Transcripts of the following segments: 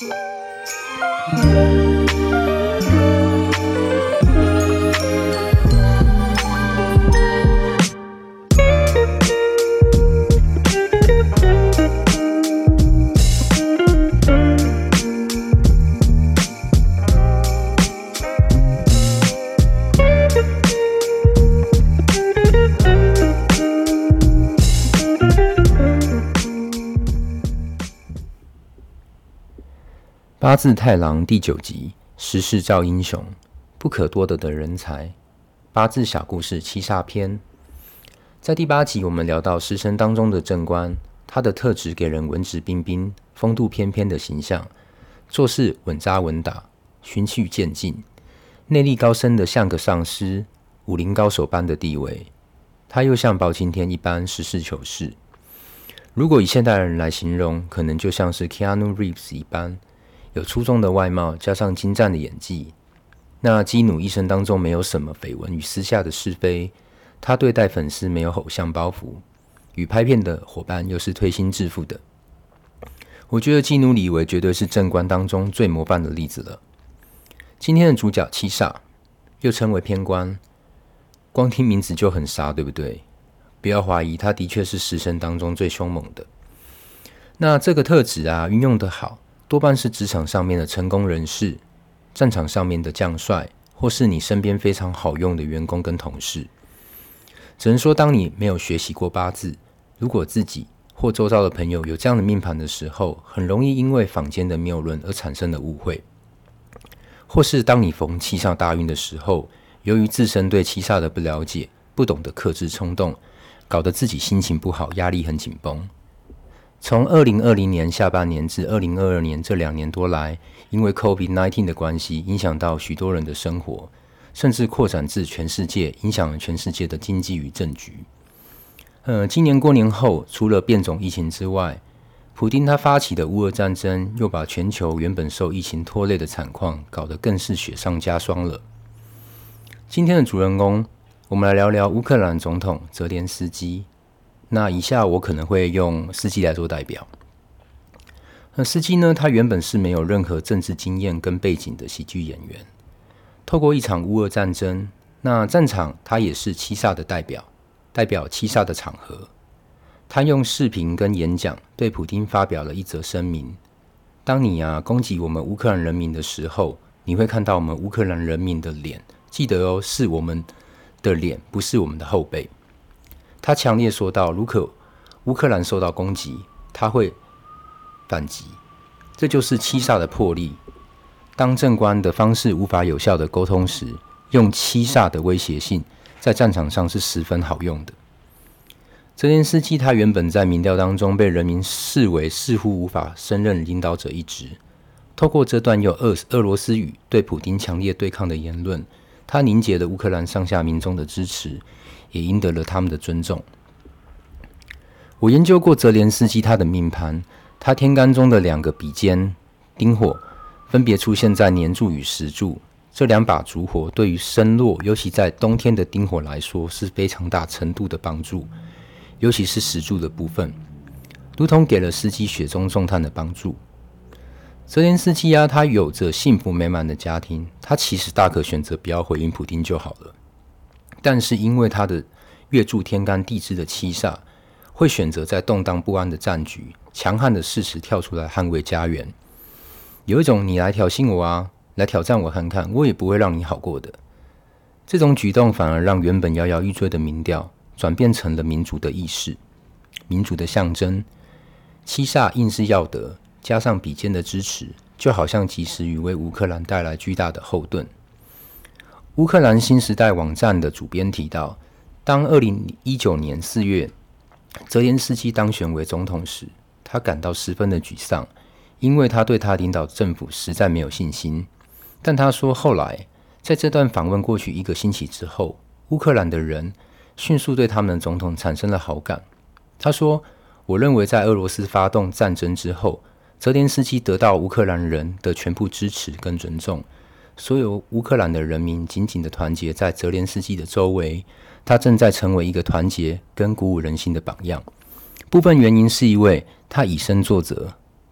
八字太郎第9集，时势造英雄，不可多得的人才。八字小故事七煞篇。在第8集，我们聊到食神当中的正官，他的特质给人文质彬彬、风度翩翩的形象，做事稳扎稳打，循序渐进，内力高深的像个上师，武林高手般的地位。他又像包青天一般实事求是。如果以现代人来形容，可能就像是 Keanu Reeves 一般，有出众的外貌，加上精湛的演技。那基努一生当中没有什么绯闻与私下的是非，他对待粉丝没有偶像包袱，与拍片的伙伴又是推心置腹的。我觉得基努里维绝对是正官当中最模范的例子了。今天的主角七煞，又称为偏官，光听名字就很杀，对不对？不要怀疑，他的确是食神当中最凶猛的。那这个特质啊，运用得好，多半是职场上面的成功人士，战场上面的将帅，或是你身边非常好用的员工跟同事。只能说，当你没有学习过八字，如果自己或周遭的朋友有这样的命盘的时候，很容易因为坊间的谬论而产生的误会。或是当你逢七煞大运的时候，由于自身对七煞的不了解，不懂得克制冲动，搞得自己心情不好，压力很紧绷。从2020年下半年至2022年这2年多来，因为 COVID-19 的关系，影响到许多人的生活，甚至扩展至全世界，影响了全世界的经济与政局。今年过年后，除了变种疫情之外，普丁他发起的乌俄战争，又把全球原本受疫情拖累的惨况，搞得更是雪上加霜了。今天的主人公，我们来聊聊乌克兰总统泽连斯基。那以下我可能会用司机来做代表。司机呢，他原本是没有任何政治经验跟背景的喜剧演员，透过一场乌俄战争，那战场他也是七煞的代表七煞的场合。他用视频跟演讲对普丁发表了一则声明：当你攻击我们乌克兰人民的时候，你会看到我们乌克兰人民的脸，记得哦，是我们的脸，不是我们的后背。他强烈说道，如果乌克兰受到攻击，他会反击。这就是七煞的魄力。当正官的方式无法有效的沟通时，用七煞的威胁性，在战场上是十分好用的。泽连斯基他原本在民调当中被人民视为似乎无法胜任领导者一职，透过这段用俄罗斯语对普丁强烈对抗的言论，他凝结了乌克兰上下民众的支持，也赢得了他们的尊重。我研究过泽连斯基他的命盘，他天干中的2个比肩丁火，分别出现在年柱与时柱，这2把烛火对于身弱，尤其在冬天的丁火来说，是非常大程度的帮助，尤其是时柱的部分，如同给了司机雪中送炭的帮助。泽连斯基他有着幸福美满的家庭，他其实大可选择不要回应普丁就好了，但是因为他的月柱天干地支的七煞，会选择在动荡不安的战局，强悍的誓词跳出来捍卫家园。有一种你来挑衅我来挑战我看看，我也不会让你好过的。这种举动反而让原本摇摇欲坠的民调转变成了民主的意识，民主的象征。七煞硬是要得，加上比肩的支持，就好像及时雨为乌克兰带来巨大的后盾。乌克兰新时代网站的主编提到，当2019年4月泽连斯基当选为总统时，他感到十分的沮丧，因为他对他领导政府实在没有信心。但他说，后来在这段访问过去1个星期之后，乌克兰的人迅速对他们的总统产生了好感。他说，我认为在俄罗斯发动战争之后，泽连斯基得到乌克兰人的全部支持跟尊重，所有乌克兰的人民紧紧的团结在泽连斯基的周围，他正在成为一个团结跟鼓舞人心的榜样。部分原因是因为他以身作则，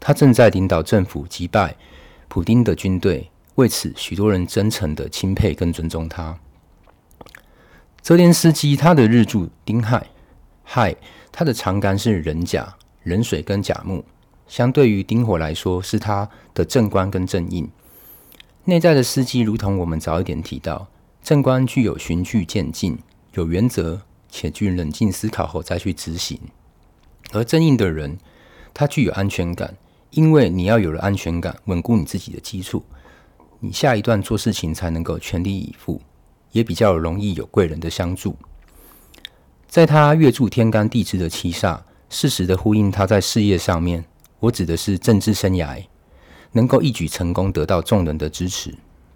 他正在领导政府击败普丁的军队，为此许多人真诚的钦佩跟尊重他。泽连斯基他的日柱丁亥，亥他的长干是壬甲、壬水跟甲木，相对于丁火来说是他的正官跟正印。内在的司机如同我们早一点提到，正官具有循序渐进，有原则且具冷静思考后再去执行，而正印的人他具有安全感，因为你要有了安全感，稳固你自己的基础，你下一段做事情才能够全力以赴，也比较容易有贵人的相助。在他月柱天干地支的七煞，适时的呼应他在事业上面，我指的是政治生涯，能够一举成功，得到众人的支持。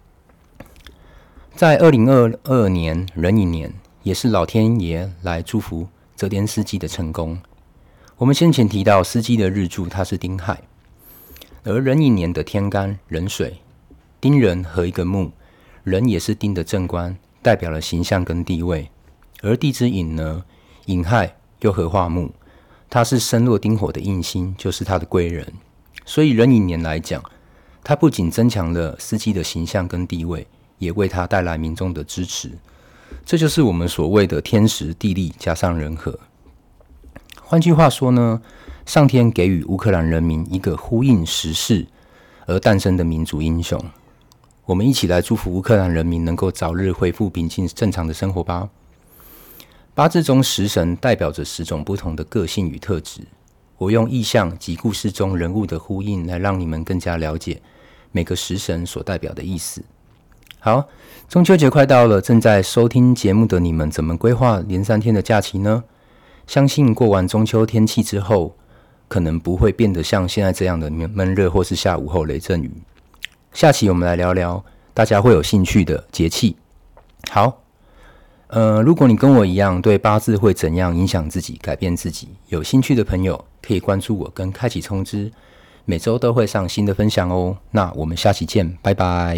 在2022年壬寅年，也是老天爷来祝福泽连斯基的成功。我们先前提到司机的日柱它是丁亥，而壬寅年的天干壬水，丁壬合一个木，壬也是丁的正官，代表了形象跟地位。而地支寅呢，寅亥又合化木，它是身落丁火的印星，就是他的贵人。所以壬寅年来讲，它不仅增强了司机的形象跟地位，也为他带来民众的支持。这就是我们所谓的天时地利加上人和。换句话说呢，上天给予乌克兰人民一个呼应时势而诞生的民族英雄。我们一起来祝福乌克兰人民能够早日恢复平静正常的生活吧。八字中食神代表着10种不同的个性与特质，我用意象及故事中人物的呼应来让你们更加了解每个食神所代表的意思。好，中秋节快到了，正在收听节目的你们怎么规划连3天的假期呢？相信过完中秋天气之后，可能不会变得像现在这样的闷热或是下午后雷阵雨。下期我们来聊聊大家会有兴趣的节气。好，如果你跟我一样对八字会怎样影响自己、改变自己有兴趣的朋友，可以关注我跟开启通知，每周都会上新的分享哦。那我们下期见，拜拜。